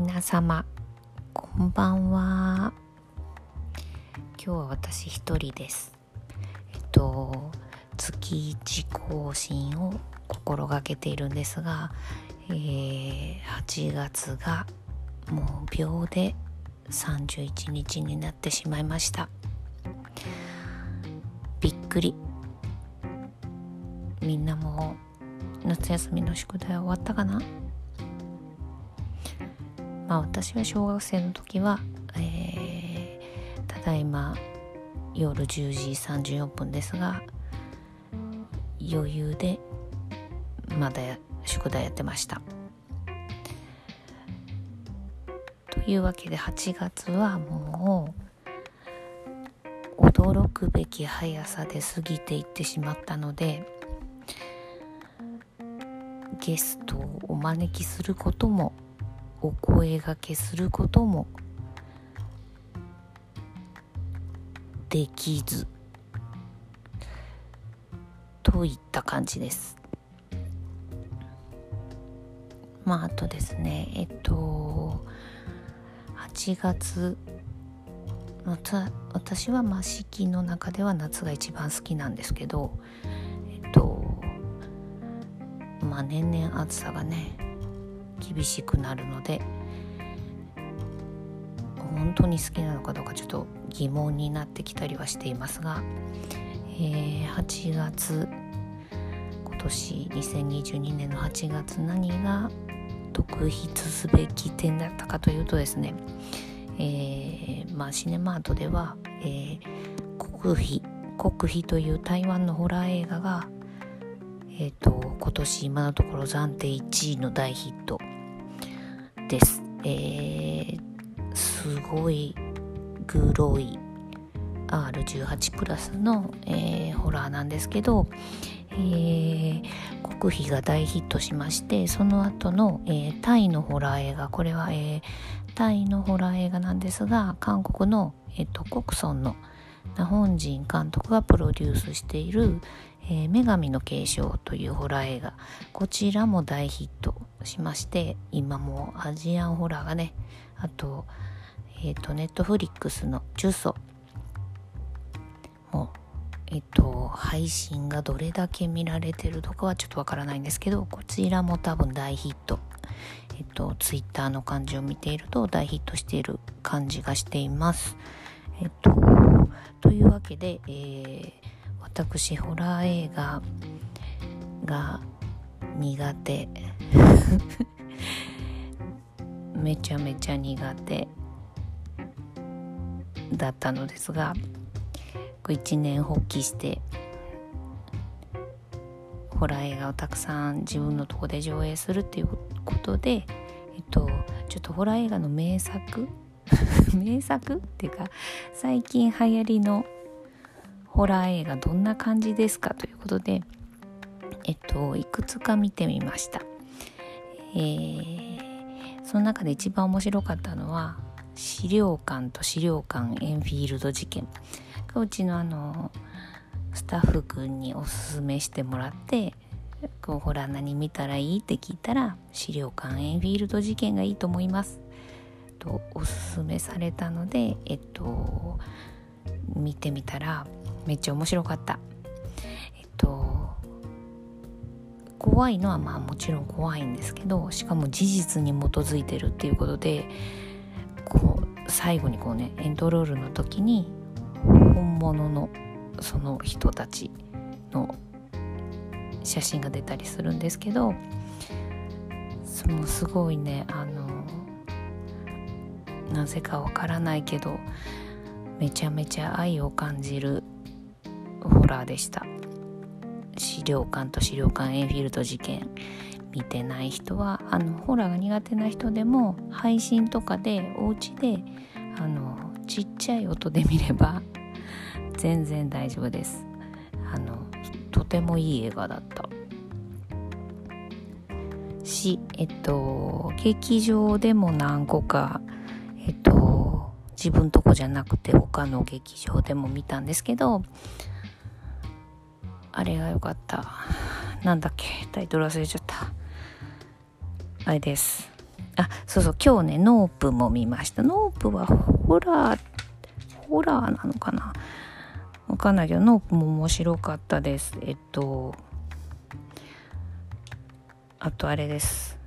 皆様こんばんは。今日は私一人です。月1更新を心がけているんですが、8月がもう秒で31日になってしまいました。びっくり。みんなも夏休みの宿題終わったかな？私は小学生の時は、ただいま夜10時34分ですが、余裕でまだ宿題やってました。というわけで8月はもう驚くべき速さで過ぎていってしまったので、ゲストをお招きすることもお声掛けすることもできずといった感じです。あとですね、8月、私は四季の中では夏が一番好きなんですけど、年々暑さがね厳しくなるので、本当に好きなのかどうかちょっと疑問になってきたりはしていますが、8月、今年2022年の8月、何が特筆すべき点だったかというとですね、シネマートでは、国費という台湾のホラー映画が今年今のところ暫定1位の大ヒットです。すごいグロい R18 プラスの、ホラーなんですけど、国費が大ヒットしまして、その後の、タイのホラー映画、これは、タイのホラー映画なんですが、韓国の、コクソンのナホンジン監督がプロデュースしている、女神の継承というホラー映画、こちらも大ヒットしまして、今もうアジアンホラーがね、あとネットフリックスのジュソも配信がどれだけ見られてるとかはちょっとわからないんですけど、こちらも多分大ヒット、ツイッターの感じを見ていると大ヒットしている感じがしています。というわけで、私ホラー映画が苦手めちゃめちゃ苦手だったのですが、一年発起してホラー映画をたくさん自分のとこで上映するっていうことで、ちょっとホラー映画の名作名作っていうか、最近流行りのホラー映画どんな感じですかということで、いくつか見てみました。その中で一番面白かったのは資料館と資料館エンフィールド事件。うちのスタッフ君におすすめしてもらって、ほら何見たらいいって聞いたら、資料館エンフィールド事件がいいと思いますとおすすめされたので、見てみたらめっちゃ面白かった。怖いのはもちろん怖いんですけど、しかも事実に基づいてるっていうことで、最後にエンドロールの時に本物のその人たちの写真が出たりするんですけど、すごいね、なぜかわからないけどめちゃめちゃ愛を感じるホラーでした。資料館と資料館エンフィールド事件見てない人は、ホラーが苦手な人でも配信とかでお家でちっちゃい音で見れば全然大丈夫です。とてもいい映画だったし、劇場でも何個か自分とこじゃなくて他の劇場でも見たんですけど、あれが良かった。なんだっけ、タイトル忘れちゃった。あれです。 そう今日ねノープも見ました。ノープはホラーなのかな、わかんないけどノープも面白かったです。あとあれです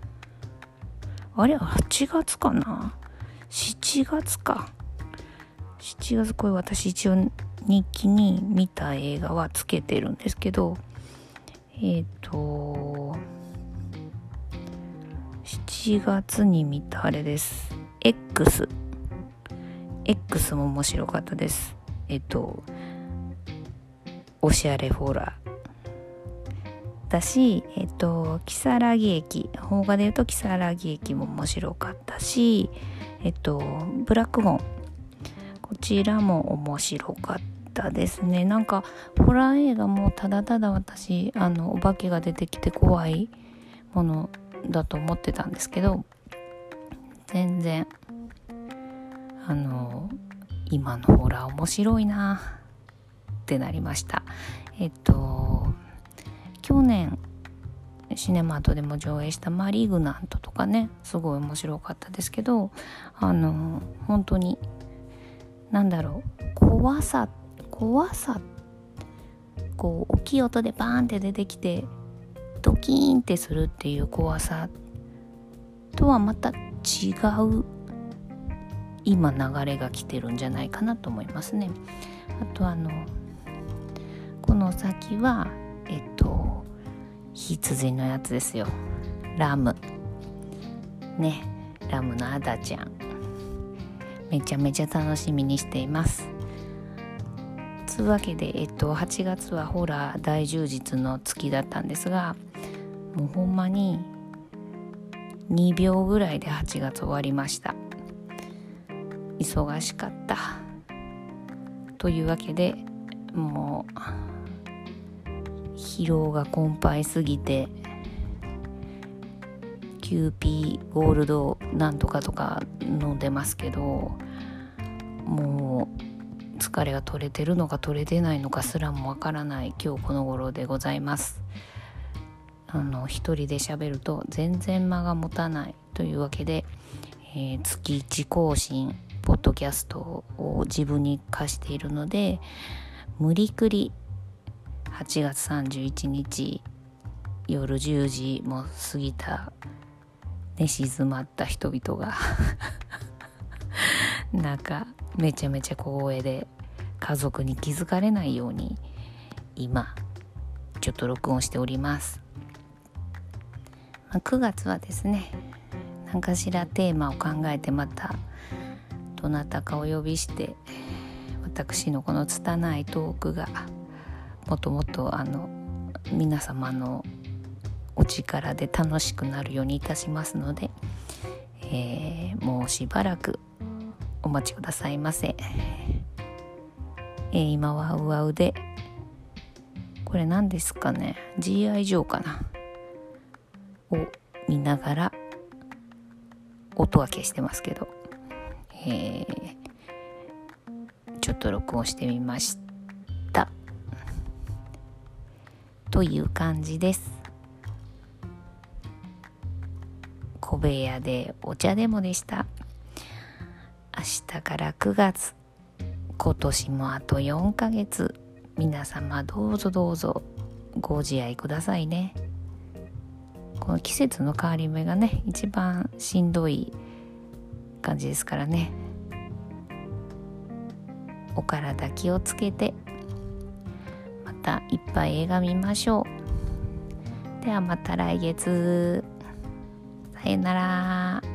、8月かな、7月か、7月、これ私一応日記に見た映画はつけてるんですけど、7月に見たあれです、X も面白かったです。おしゃれホラーだし、如月駅、邦画で言うと如月駅も面白かったし、ブラックホーン、こちらも面白かったですね。なんかホラー映画もただただ私お化けが出てきて怖いものだと思ってたんですけど、全然今のホラー面白いなってなりました。去年シネマートでも上映したマリグナントとかね、すごい面白かったですけど、本当に怖さこう大きい音でバーンって出てきてドキーンってするっていう怖さとはまた違う今流れが来てるんじゃないかなと思いますね。あとこの先は羊のやつですよ、ラムね、ラムのアダちゃん、めちゃめちゃ楽しみにしています。つうわけで8月はホラー大充実の月だったんですが、もうほんまに2秒ぐらいで8月終わりました。忙しかったというわけで、もう疲労が困憊すぎてキューピーゴールドなんとかとか飲んでますけど、もう疲れが取れてるのか取れてないのかすらもわからない今日この頃でございます。一人で喋ると全然間が持たないというわけで、月1更新ポッドキャストを自分に課しているので、無理くり8月31日夜10時も過ぎた寝静まった人々がなんかめちゃめちゃ小声で家族に気づかれないように今ちょっと録音しております。9月はですね、何かしらテーマを考えて、またどなたかお呼びして私のこの拙いトークがもっともっと皆様のお力で楽しくなるようにいたしますので、もうしばらくお待ちくださいませ。今はウワウで、これ何ですかね、 GI ジョーかなを見ながら音は消してますけど、ちょっと録音してみましたという感じです。小部屋でお茶でもでした。明日から9月、今年もあと4ヶ月、皆様どうぞどうぞご自愛くださいね。この季節の変わり目がね、一番しんどい感じですからね、お体気をつけて、またいっぱい映画見ましょう。ではまた来月、さよなら。